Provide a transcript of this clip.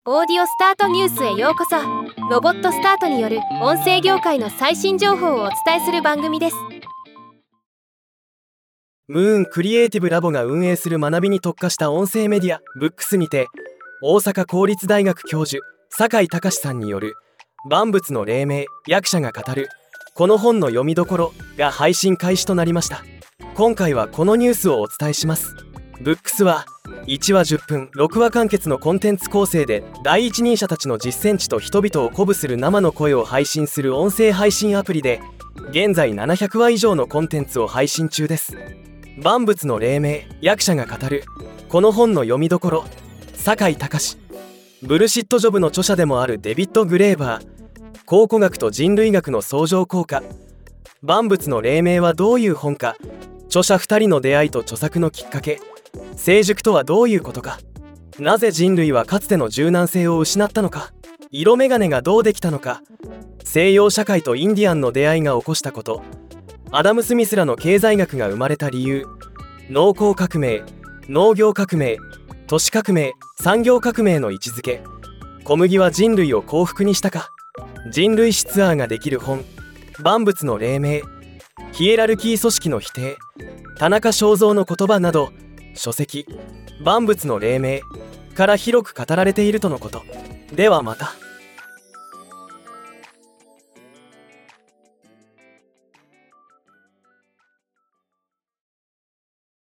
オーディオスタートニュースへようこそ。ロボットスタートによる音声業界の最新情報をお伝えする番組です。 ムーンクリエイティブラボが運営する学びに特化した音声メディアブックスにて、大阪公立大学教授酒井隆さんによる万物の黎明、役者が語るこの本の読みどころが配信開始となりました。今回はこのニュースをお伝えします。ブックスは1話10分6話完結のコンテンツ構成で、第一人者たちの実践地と人々を鼓舞する生の声を配信する音声配信アプリで、現在700話以上のコンテンツを配信中です。万物の黎明、役者が語るこの本の読みどころ、酒井隆。ブルシットジョブの著者でもあるデビッド・グレーバー。考古学と人類学の相乗効果。万物の黎明はどういう本か。著者2人の出会いと著作のきっかけ。成熟とはどういうことか。なぜ人類はかつての柔軟性を失ったのか。色眼鏡がどうできたのか。西洋社会とインディアンの出会いが起こしたこと。アダム・スミスらの経済学が生まれた理由。農耕革命、農業革命、都市革命、産業革命の位置づけ。小麦は人類を幸福にしたか。人類史ツアーができる本。万物の黎明、ヒエラルキー組織の否定。田中正造の言葉など、書籍万物の黎明から広く語られているとのこと。ではまた。